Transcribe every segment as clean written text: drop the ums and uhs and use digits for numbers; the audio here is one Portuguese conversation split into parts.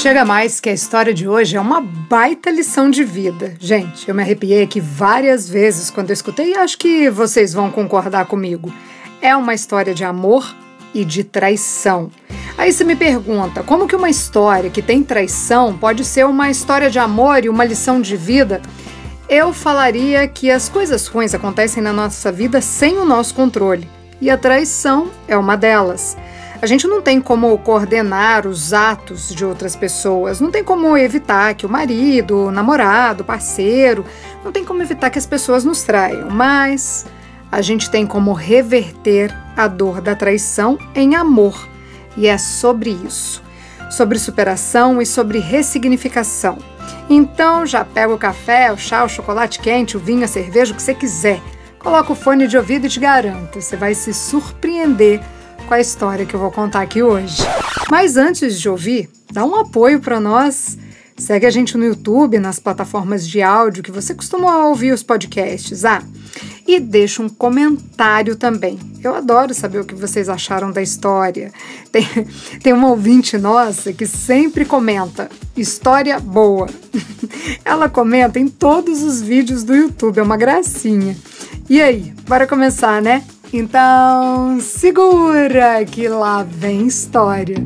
Chega mais que a história de hoje é uma baita lição de vida. Gente, eu me arrepiei aqui várias vezes quando eu escutei e acho que vocês vão concordar comigo. É uma história de amor e de traição. Aí você me pergunta, como que uma história que tem traição pode ser uma história de amor e uma lição de vida? Eu falaria que as coisas ruins acontecem na nossa vida sem o nosso controle. E a traição é uma delas. A gente não tem como coordenar os atos de outras pessoas, não tem como evitar que o marido, o namorado, o parceiro, não tem como evitar que as pessoas nos traiam, mas a gente tem como reverter a dor da traição em amor. E é sobre isso, sobre superação e sobre ressignificação. Então já pega o café, o chá, o chocolate quente, o vinho, a cerveja, o que você quiser. Coloca o fone de ouvido e te garanto, você vai se surpreender com a história que eu vou contar aqui hoje. Mas antes de ouvir, dá um apoio para nós. Segue a gente no YouTube, nas plataformas de áudio que você costuma ouvir os podcasts. E deixa um comentário também. Eu adoro saber o que vocês acharam da história. Tem uma ouvinte nossa que sempre comenta, história boa. Ela comenta em todos os vídeos do YouTube, é uma gracinha. E aí, bora começar, né? Então, segura que lá vem história.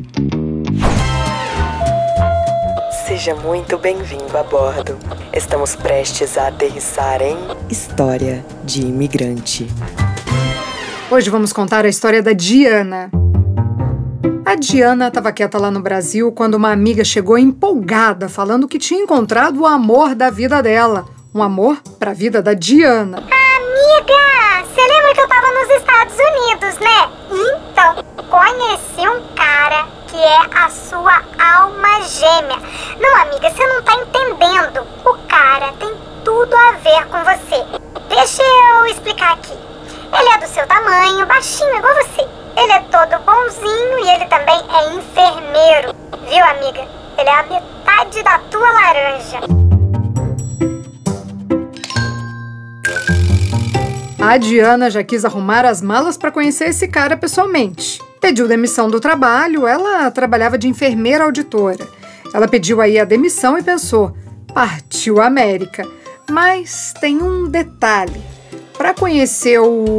Seja muito bem-vindo a bordo. Estamos prestes a aterrissar em História de Imigrante. Hoje vamos contar a história da Diana. A Diana estava quieta lá no Brasil quando uma amiga chegou empolgada, falando que tinha encontrado o amor da vida dela. Um amor para a vida da Diana. Amiga, você lembra que eu tava nos Estados Unidos, né? Então, conheci um cara que é a sua alma gêmea. Não, amiga, você não tá entendendo. O cara tem tudo a ver com você. Deixa eu explicar aqui. Ele é do seu tamanho, baixinho, igual você. Ele é todo bonzinho e ele também é enfermeiro. Viu, amiga? Ele é a metade da tua laranja. A Diana já quis arrumar as malas para conhecer esse cara pessoalmente. Pediu demissão do trabalho, ela trabalhava de enfermeira auditora. Ela pediu aí a demissão e pensou, partiu a América. Mas tem um detalhe. Para conhecer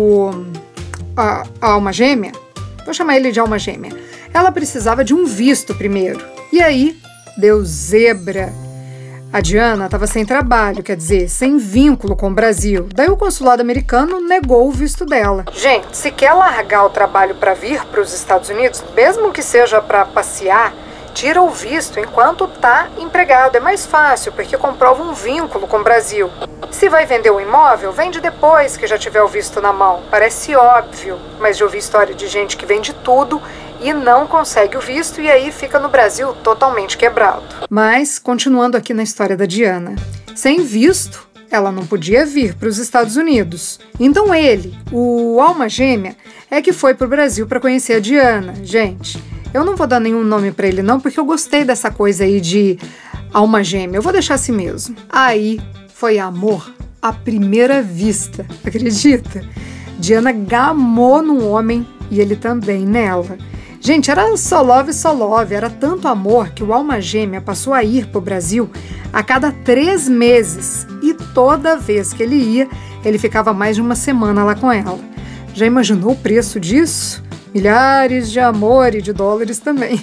a alma gêmea, vou chamar ele de alma gêmea, ela precisava de um visto primeiro. E aí, deu zebra. A Diana estava sem trabalho, quer dizer, sem vínculo com o Brasil. Daí o consulado americano negou o visto dela. Gente, se quer largar o trabalho para vir para os Estados Unidos, mesmo que seja para passear, tira o visto enquanto está empregado. É mais fácil, porque comprova um vínculo com o Brasil. Se vai vender um imóvel, vende depois que já tiver o visto na mão. Parece óbvio, mas já ouvi história de gente que vende tudo e não consegue o visto e aí fica no Brasil totalmente quebrado. Mas, continuando aqui na história da Diana, sem visto, ela não podia vir para os Estados Unidos. Então ele, o alma gêmea, é que foi para o Brasil para conhecer a Diana. Gente, eu não vou dar nenhum nome para ele não, porque eu gostei dessa coisa aí de alma gêmea. Eu vou deixar assim mesmo. Aí foi amor à primeira vista, acredita? Diana gamou num homem e ele também nela. Gente, era só love, era tanto amor que o alma gêmea passou a ir para o Brasil a cada 3 meses. E toda vez que ele ia, ele ficava mais de uma semana lá com ela. Já imaginou o preço disso? Milhares de amor e de dólares também.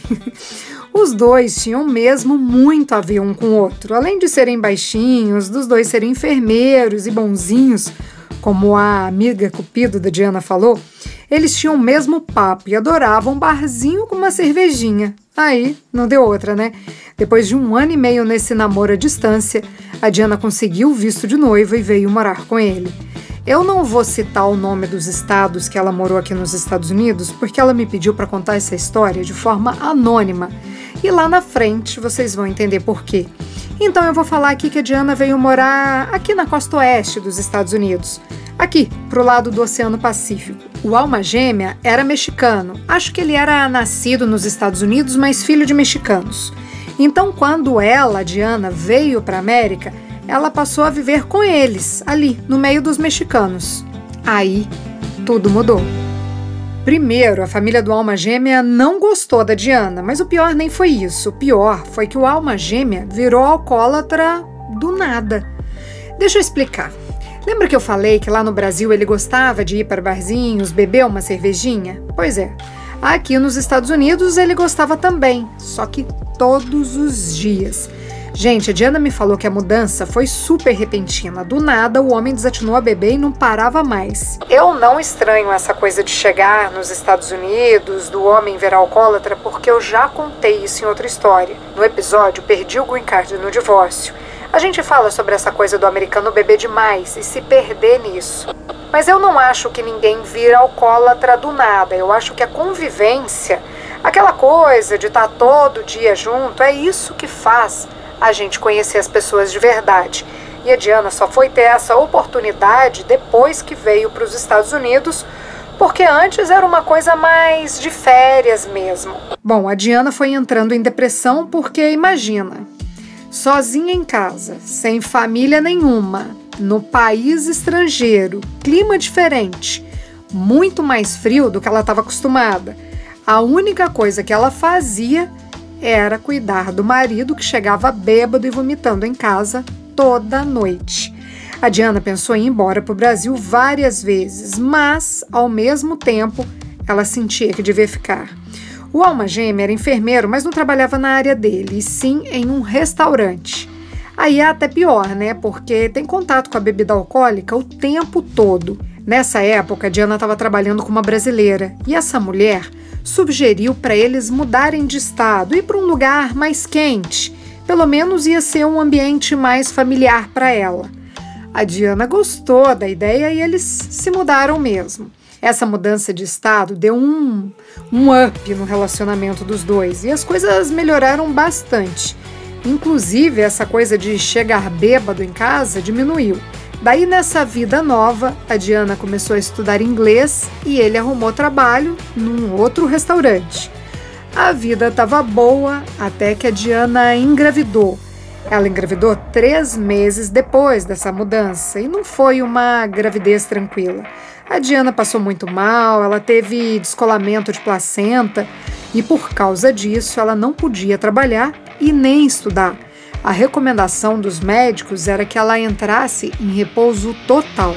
Os dois tinham mesmo muito a ver um com o outro. Além de serem baixinhos, dos dois serem enfermeiros e bonzinhos, como a amiga Cupido da Diana falou, eles tinham o mesmo papo e adoravam um barzinho com uma cervejinha. Aí, não deu outra, né? Depois de 1 ano e meio nesse namoro à distância, a Diana conseguiu o visto de noiva e veio morar com ele. Eu não vou citar o nome dos estados que ela morou aqui nos Estados Unidos, porque ela me pediu para contar essa história de forma anônima. E lá na frente vocês vão entender por quê. Então eu vou falar aqui que a Diana veio morar aqui na costa oeste dos Estados Unidos, aqui, pro lado do Oceano Pacífico. O alma gêmea era mexicano. Acho que ele era nascido nos Estados Unidos, mas filho de mexicanos. Então, quando ela, a Diana, veio para a América, ela passou a viver com eles, ali, no meio dos mexicanos. Aí, tudo mudou. Primeiro, a família do Alma Gêmea não gostou da Diana, mas o pior nem foi isso. O pior foi que o Alma Gêmea virou alcoólatra do nada. Deixa eu explicar. Lembra que eu falei que lá no Brasil ele gostava de ir para barzinhos, beber uma cervejinha? Pois é, aqui nos Estados Unidos ele gostava também, só que todos os dias. Gente, a Diana me falou que a mudança foi super repentina. Do nada, o homem desatinou a beber e não parava mais. Eu não estranho essa coisa de chegar nos Estados Unidos, do homem virar alcoólatra, porque eu já contei isso em outra história. No episódio Perdi o Green Card no Divórcio, a gente fala sobre essa coisa do americano beber demais e se perder nisso. Mas eu não acho que ninguém vira alcoólatra do nada. Eu acho que a convivência, aquela coisa de estar todo dia junto, é isso que faz a gente conhecer as pessoas de verdade. E a Diana só foi ter essa oportunidade depois que veio para os Estados Unidos, porque antes era uma coisa mais de férias mesmo. Bom, a Diana foi entrando em depressão porque, imagina, sozinha em casa, sem família nenhuma, no país estrangeiro, clima diferente, muito mais frio do que ela estava acostumada. A única coisa que ela fazia era cuidar do marido que chegava bêbado e vomitando em casa toda noite. A Diana pensou em ir embora para o Brasil várias vezes, mas, ao mesmo tempo, ela sentia que devia ficar. O Alma Gêmea era enfermeiro, mas não trabalhava na área dele, e sim em um restaurante. Aí é até pior, né? Porque tem contato com a bebida alcoólica o tempo todo. Nessa época, a Diana estava trabalhando com uma brasileira, e essa mulher sugeriu para eles mudarem de estado, ir para um lugar mais quente. Pelo menos ia ser um ambiente mais familiar para ela. A Diana gostou da ideia e eles se mudaram mesmo. Essa mudança de estado deu um up no relacionamento dos dois e as coisas melhoraram bastante. Inclusive, essa coisa de chegar bêbado em casa diminuiu. Daí, nessa vida nova, a Diana começou a estudar inglês e ele arrumou trabalho num outro restaurante. A vida estava boa até que a Diana engravidou. Ela engravidou 3 meses depois dessa mudança e não foi uma gravidez tranquila. A Diana passou muito mal, ela teve descolamento de placenta e, por causa disso, ela não podia trabalhar e nem estudar. A recomendação dos médicos era que ela entrasse em repouso total.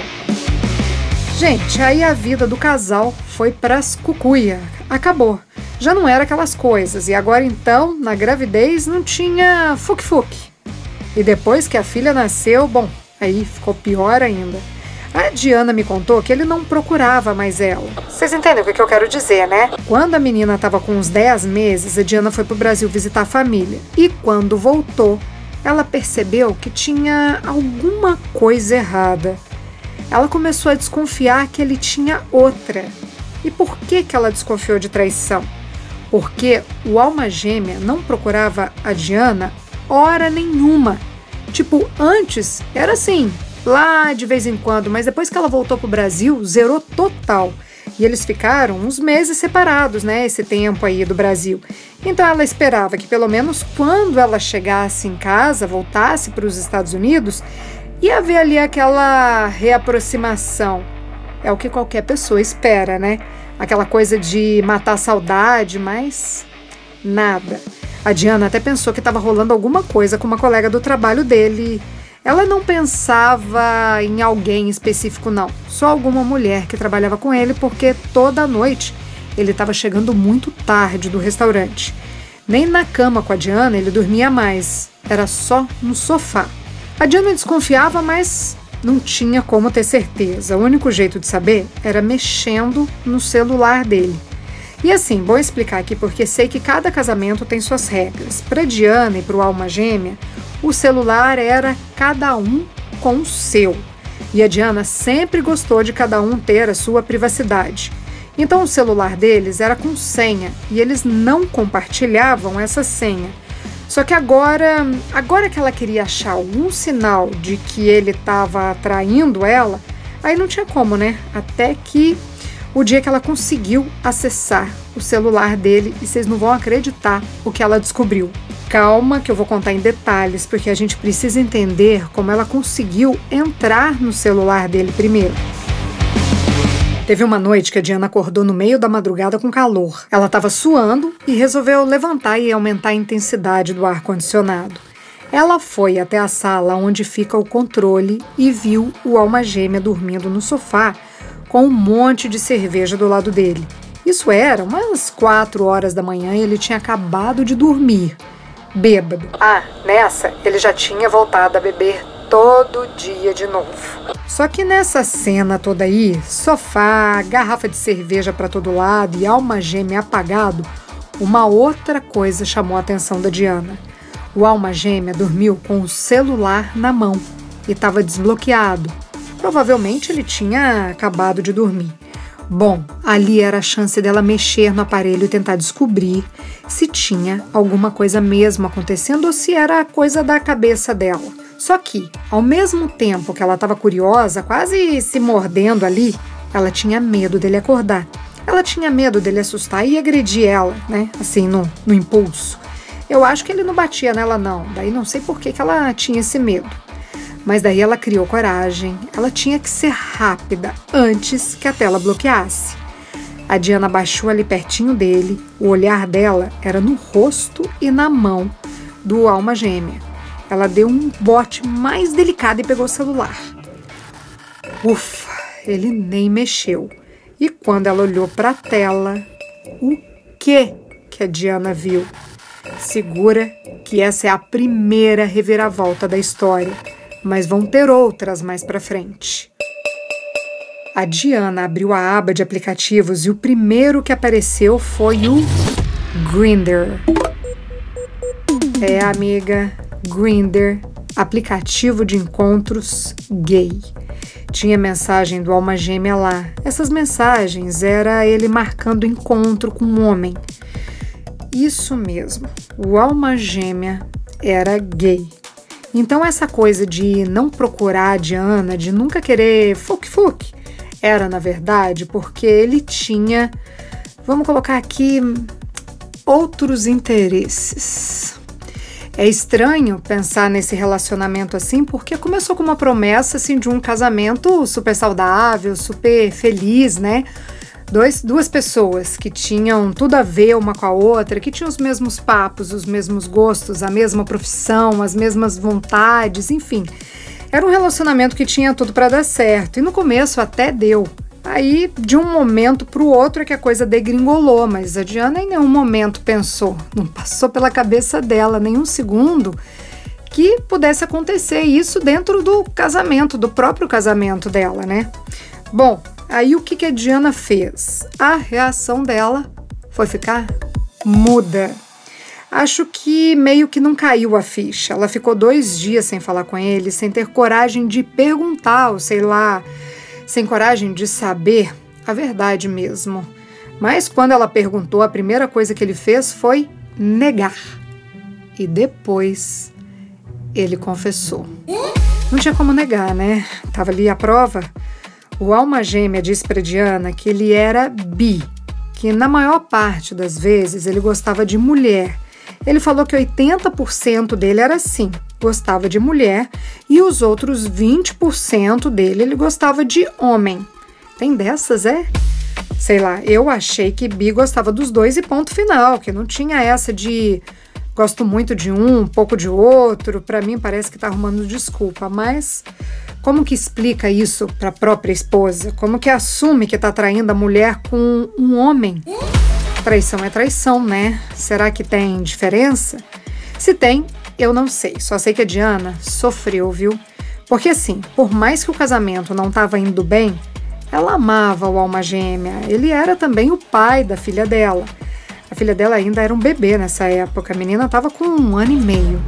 Gente, aí a vida do casal foi pras cucuia. Acabou. Já não era aquelas coisas. E agora então, na gravidez, não tinha fuque-fuque. E depois que a filha nasceu, bom, aí ficou pior ainda. A Diana me contou que ele não procurava mais ela. Vocês entendem o que eu quero dizer, né? Quando a menina estava com uns 10 meses, a Diana foi pro Brasil visitar a família. E quando voltou, ela percebeu que tinha alguma coisa errada. Ela começou a desconfiar que ele tinha outra. E por que ela desconfiou de traição? Porque o Alma Gêmea não procurava a Diana hora nenhuma. Tipo, antes era assim, lá de vez em quando, mas depois que ela voltou pro Brasil, zerou total. E eles ficaram uns meses separados, né, esse tempo aí do Brasil. Então ela esperava que pelo menos quando ela chegasse em casa, voltasse para os Estados Unidos, ia haver ali aquela reaproximação. É o que qualquer pessoa espera, né? Aquela coisa de matar a saudade, mas nada. A Diana até pensou que estava rolando alguma coisa com uma colega do trabalho dele. Ela não pensava em alguém específico, não. Só alguma mulher que trabalhava com ele, porque toda noite ele estava chegando muito tarde do restaurante. Nem na cama com a Diana ele dormia mais. Era só no sofá. A Diana desconfiava, mas não tinha como ter certeza. O único jeito de saber era mexendo no celular dele. E assim, vou explicar aqui porque sei que cada casamento tem suas regras. Para Diana e para o Alma Gêmea, o celular era cada um com o seu. E a Diana sempre gostou de cada um ter a sua privacidade. Então o celular deles era com senha e eles não compartilhavam essa senha. Só que agora que ela queria achar algum sinal de que ele estava traindo ela, aí não tinha como, né? Até que o dia que ela conseguiu acessar o celular dele e vocês não vão acreditar o que ela descobriu. Calma que eu vou contar em detalhes, porque a gente precisa entender como ela conseguiu entrar no celular dele primeiro. Teve uma noite que a Diana acordou no meio da madrugada com calor. Ela estava suando e resolveu levantar e aumentar a intensidade do ar-condicionado. Ela foi até a sala onde fica o controle e viu o alma gêmea dormindo no sofá com um monte de cerveja do lado dele. Isso era umas 4 horas da manhã e ele tinha acabado de dormir, bêbado. Nessa ele já tinha voltado a beber todo dia de novo. Só que nessa cena toda aí, sofá, garrafa de cerveja para todo lado e alma gêmea apagado, uma outra coisa chamou a atenção da Diana. O alma gêmea dormiu com o celular na mão e estava desbloqueado. Provavelmente ele tinha acabado de dormir. Bom, ali era a chance dela mexer no aparelho e tentar descobrir se tinha alguma coisa mesmo acontecendo ou se era coisa da cabeça dela. Só que, ao mesmo tempo que ela estava curiosa, quase se mordendo ali, ela tinha medo dele acordar. Ela tinha medo dele assustar e agredir ela, né? Assim, no impulso. Eu acho que ele não batia nela, não. Daí não sei por que ela tinha esse medo. Mas daí ela criou coragem. Ela tinha que ser rápida antes que a tela bloqueasse. A Diana baixou ali pertinho dele. O olhar dela era no rosto e na mão do alma gêmea. Ela deu um bote mais delicado e pegou o celular. Ufa, ele nem mexeu. E quando ela olhou para a tela, o que a Diana viu? Segura que essa é a primeira reviravolta da história, mas vão ter outras mais pra frente. A Diana abriu a aba de aplicativos e o primeiro que apareceu foi o Grindr. Amiga, Grindr, aplicativo de encontros gay. Tinha mensagem do alma gêmea lá. Essas mensagens era ele marcando encontro com um homem. Isso mesmo, o alma gêmea era gay. Então essa coisa de não procurar a Diana, de nunca querer fuque-fuque, era na verdade porque ele tinha, vamos colocar aqui, outros interesses. É estranho pensar nesse relacionamento assim, porque começou com uma promessa assim, de um casamento super saudável, super feliz, né? Duas pessoas que tinham tudo a ver uma com a outra, que tinham os mesmos papos, os mesmos gostos, a mesma profissão, as mesmas vontades, enfim. Era um relacionamento que tinha tudo para dar certo, e no começo até deu. Aí, de um momento para o outro é que a coisa degringolou, mas a Diana em nenhum momento pensou, não passou pela cabeça dela nenhum segundo que pudesse acontecer isso dentro do casamento, do próprio casamento dela, né? Bom, aí o que a Diana fez? A reação dela foi ficar muda. Acho que meio que não caiu a ficha. Ela ficou 2 dias sem falar com ele, sem ter coragem de perguntar, ou sei lá, sem coragem de saber a verdade mesmo. Mas quando ela perguntou, a primeira coisa que ele fez foi negar. E depois ele confessou. Não tinha como negar, né? Tava ali a prova. O alma gêmea disse para Diana que ele era bi, que na maior parte das vezes ele gostava de mulher. Ele falou que 80% dele era assim, gostava de mulher, e os outros 20% dele ele gostava de homem. Tem dessas, é? Sei lá, eu achei que bi gostava dos dois e ponto final, que não tinha essa de gosto muito de um pouco de outro. Pra mim parece que tá arrumando desculpa, mas como que explica isso pra própria esposa? Como que assume que tá traindo a mulher com um homem? Traição é traição, né? Será que tem diferença? Se tem, eu não sei. Só sei que a Diana sofreu, viu? Porque assim, por mais que o casamento não tava indo bem, ela amava o alma gêmea. Ele era também o pai da filha dela. A filha dela ainda era um bebê nessa época. A menina tava com 1 ano e meio.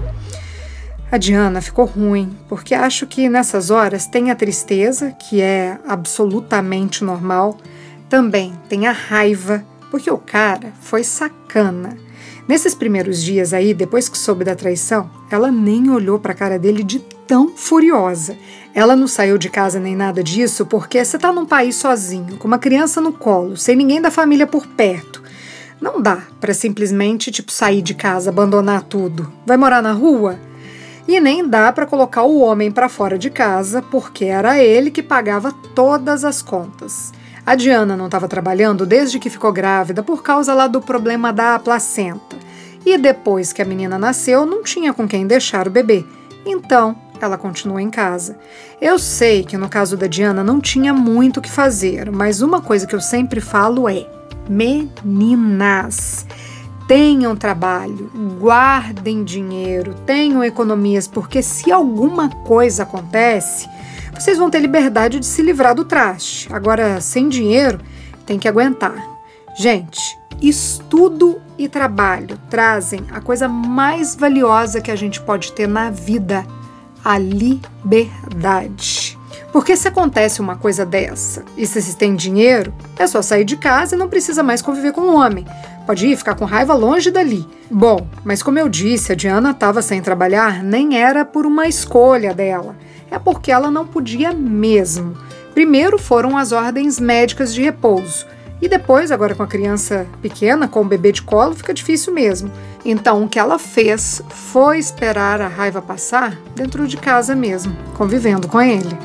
A Diana ficou ruim, porque acho que nessas horas tem a tristeza, que é absolutamente normal. Também tem a raiva, porque o cara foi sacana. Nesses primeiros dias aí, depois que soube da traição, ela nem olhou para a cara dele de tão furiosa. Ela não saiu de casa nem nada disso, porque você tá num país sozinho, com uma criança no colo, sem ninguém da família por perto. Não dá para simplesmente, sair de casa, abandonar tudo. Vai morar na rua? E nem dá para colocar o homem para fora de casa, porque era ele que pagava todas as contas. A Diana não estava trabalhando desde que ficou grávida por causa lá do problema da placenta. E depois que a menina nasceu, não tinha com quem deixar o bebê. Então, ela continuou em casa. Eu sei que no caso da Diana não tinha muito o que fazer, mas uma coisa que eu sempre falo é: meninas, tenham trabalho, guardem dinheiro, tenham economias, porque se alguma coisa acontece, vocês vão ter liberdade de se livrar do traste. Agora, sem dinheiro, tem que aguentar. Gente, estudo e trabalho trazem a coisa mais valiosa que a gente pode ter na vida: a liberdade. Porque se acontece uma coisa dessa e se você tem dinheiro, é só sair de casa e não precisa mais conviver com um homem. Pode ir ficar com raiva longe dali. Bom, mas como eu disse, a Diana estava sem trabalhar, nem era por uma escolha dela. É porque ela não podia mesmo. Primeiro foram as ordens médicas de repouso. E depois, agora com a criança pequena, com o bebê de colo, fica difícil mesmo. Então, o que ela fez foi esperar a raiva passar dentro de casa mesmo, convivendo com ele.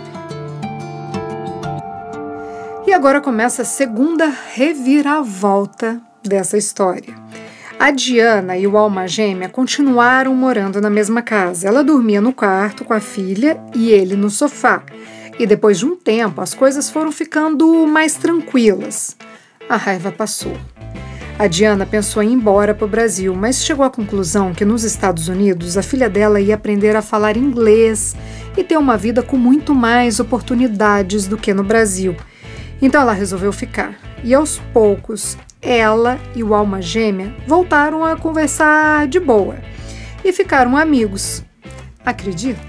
E agora começa a segunda reviravolta dessa história. A Diana e o alma gêmea continuaram morando na mesma casa. Ela dormia no quarto com a filha e ele no sofá. E depois de um tempo, as coisas foram ficando mais tranquilas. A raiva passou. A Diana pensou em ir embora para o Brasil, mas chegou à conclusão que nos Estados Unidos a filha dela ia aprender a falar inglês e ter uma vida com muito mais oportunidades do que no Brasil. Então ela resolveu ficar. E aos poucos, ela e o alma gêmea voltaram a conversar de boa e ficaram amigos. Acredita?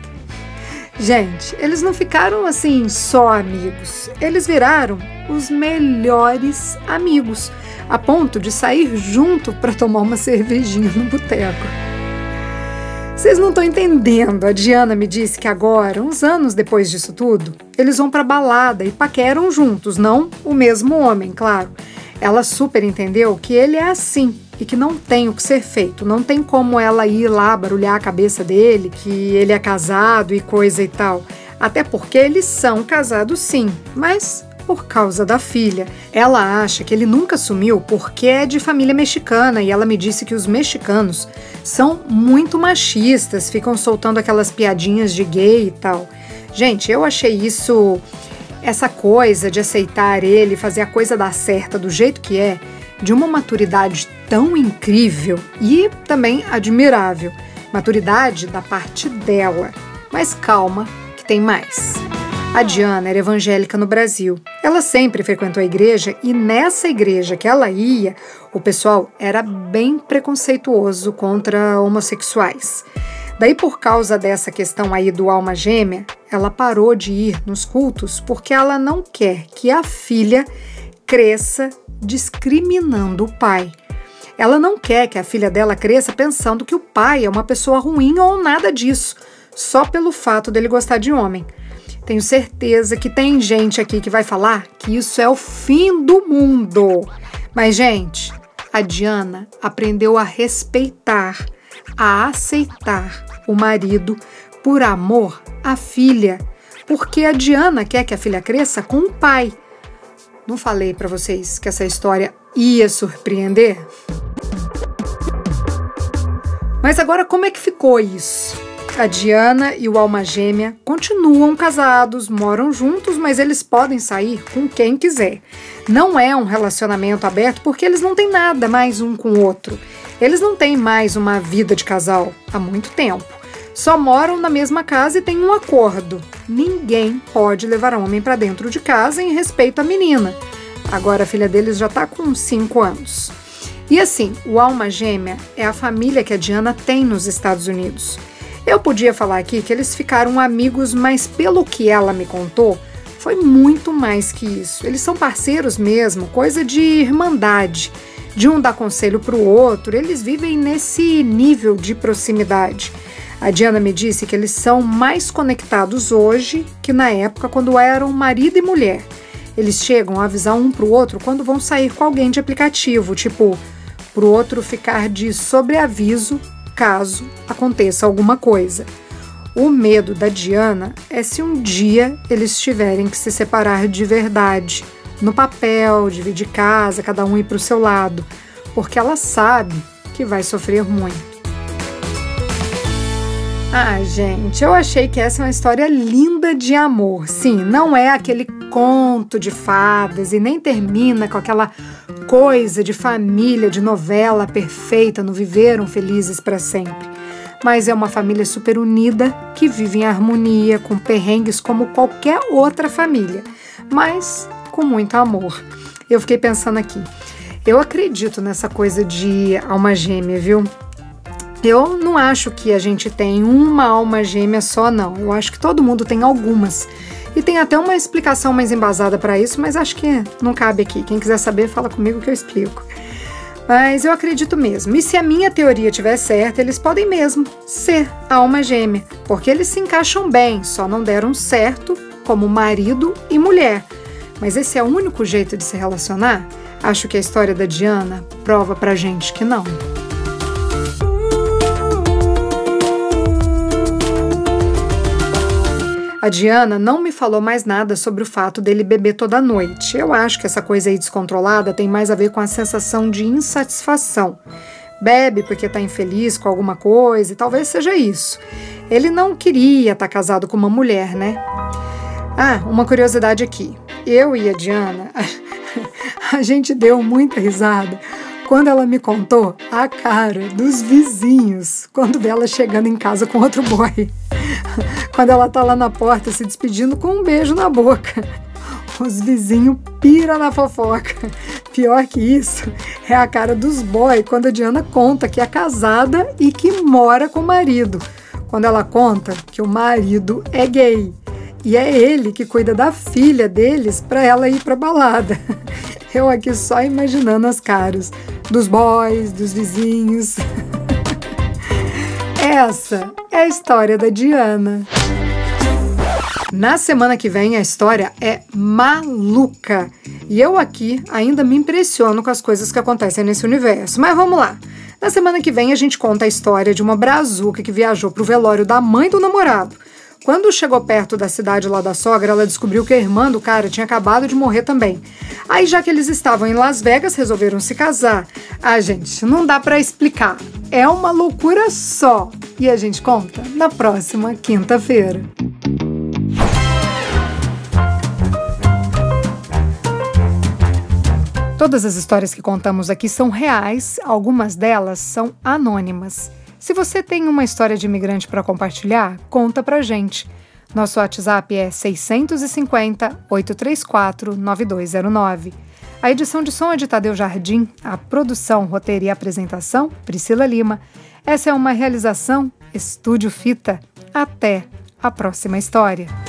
Gente, eles não ficaram assim só amigos, eles viraram os melhores amigos, a ponto de sair junto para tomar uma cervejinha no boteco. Vocês não estão entendendo, a Diana me disse que agora, uns anos depois disso tudo, eles vão para balada e paqueram juntos, não o mesmo homem, claro. Ela super entendeu que ele é assim e que não tem o que ser feito, não tem como ela ir lá barulhar a cabeça dele, que ele é casado e coisa e tal. Até porque eles são casados sim, mas por causa da filha. Ela acha que ele nunca sumiu porque é de família mexicana e ela me disse que os mexicanos são muito machistas, ficam soltando aquelas piadinhas de gay e tal. Gente, eu achei isso... Essa coisa de aceitar ele, fazer a coisa dar certa do jeito que é, de uma maturidade tão incrível e também admirável. Maturidade da parte dela. Mas calma, que tem mais. A Diana era evangélica no Brasil. Ela sempre frequentou a igreja e nessa igreja que ela ia, o pessoal era bem preconceituoso contra homossexuais. Daí, por causa dessa questão aí do alma gêmea, ela parou de ir nos cultos porque ela não quer que a filha cresça discriminando o pai. Ela não quer que a filha dela cresça pensando que o pai é uma pessoa ruim ou nada disso, só pelo fato dele gostar de homem. Tenho certeza que tem gente aqui que vai falar que isso é o fim do mundo. Mas, gente, a Diana aprendeu a respeitar, a aceitar o marido por amor à filha, porque a Diana quer que a filha cresça com o pai. Não falei para vocês que essa história ia surpreender? Mas agora como é que ficou isso? A Diana e o alma gêmea continuam casados, moram juntos, mas eles podem sair com quem quiser. Não é um relacionamento aberto porque eles não têm nada mais um com o outro. Eles não têm mais uma vida de casal há muito tempo. Só moram na mesma casa e têm um acordo. Ninguém pode levar homem para dentro de casa em respeito à menina. Agora a filha deles já está com 5 anos. E assim, o alma gêmea é a família que a Diana tem nos Estados Unidos. Eu podia falar aqui que eles ficaram amigos, mas pelo que ela me contou, foi muito mais que isso. Eles são parceiros mesmo, coisa de irmandade. De um dar conselho para o outro, eles vivem nesse nível de proximidade. A Diana me disse que eles são mais conectados hoje que na época quando eram marido e mulher. Eles chegam a avisar um para o outro quando vão sair com alguém de aplicativo, tipo, para o outro ficar de sobreaviso caso aconteça alguma coisa. O medo da Diana é se um dia eles tiverem que se separar de verdade, no papel, dividir casa, cada um ir para o seu lado, porque ela sabe que vai sofrer muito. Ah, gente, eu achei que essa é uma história linda de amor. Sim, não é aquele conto de fadas e nem termina com aquela coisa de família, de novela perfeita, no viveram felizes para sempre. Mas é uma família super unida que vive em harmonia, com perrengues como qualquer outra família, mas com muito amor. Eu fiquei pensando aqui, eu acredito nessa coisa de alma gêmea, viu? Eu não acho que a gente tem uma alma gêmea só, não. Eu acho que todo mundo tem algumas. E tem até uma explicação mais embasada para isso, mas acho que não cabe aqui. Quem quiser saber, fala comigo que eu explico. Mas eu acredito mesmo. E se a minha teoria estiver certa, eles podem mesmo ser a alma gêmea, porque eles se encaixam bem, só não deram certo como marido e mulher. Mas esse é o único jeito de se relacionar? Acho que a história da Diana prova pra gente que não. A Diana não me falou mais nada sobre o fato dele beber toda noite. Eu acho que essa coisa aí descontrolada tem mais a ver com a sensação de insatisfação. Bebe porque está infeliz com alguma coisa e talvez seja isso. Ele não queria estar casado com uma mulher, né? Ah, uma curiosidade aqui. Eu e a Diana, a gente deu muita risada quando ela me contou a cara dos vizinhos quando vê ela chegando em casa com outro boy. Quando ela tá lá na porta se despedindo com um beijo na boca. Os vizinhos piram na fofoca. Pior que isso é a cara dos boy quando a Diana conta que é casada e que mora com o marido. Quando ela conta que o marido é gay. E é ele que cuida da filha deles pra ela ir pra balada. Eu aqui só imaginando as caras dos boys, dos vizinhos. Essa é a história da Diana. Na semana que vem a história é maluca. E eu aqui ainda me impressiono com as coisas que acontecem nesse universo. Mas vamos lá. Na semana que vem a gente conta a história de uma brazuca que viajou pro velório da mãe do namorado. Quando chegou perto da cidade lá da sogra, ela descobriu que a irmã do cara tinha acabado de morrer também. Aí, já que eles estavam em Las Vegas, resolveram se casar. Ah, gente, não dá pra explicar. É uma loucura só. E a gente conta na próxima quinta-feira. Todas as histórias que contamos aqui são reais, algumas delas são anônimas. Se você tem uma história de imigrante para compartilhar, conta pra gente. Nosso WhatsApp é 650-834-9209. A edição de som é de Tadeu Jardim, a produção, roteiro e apresentação, Priscila Lima. Essa é uma realização Estúdio Fita. Até a próxima história.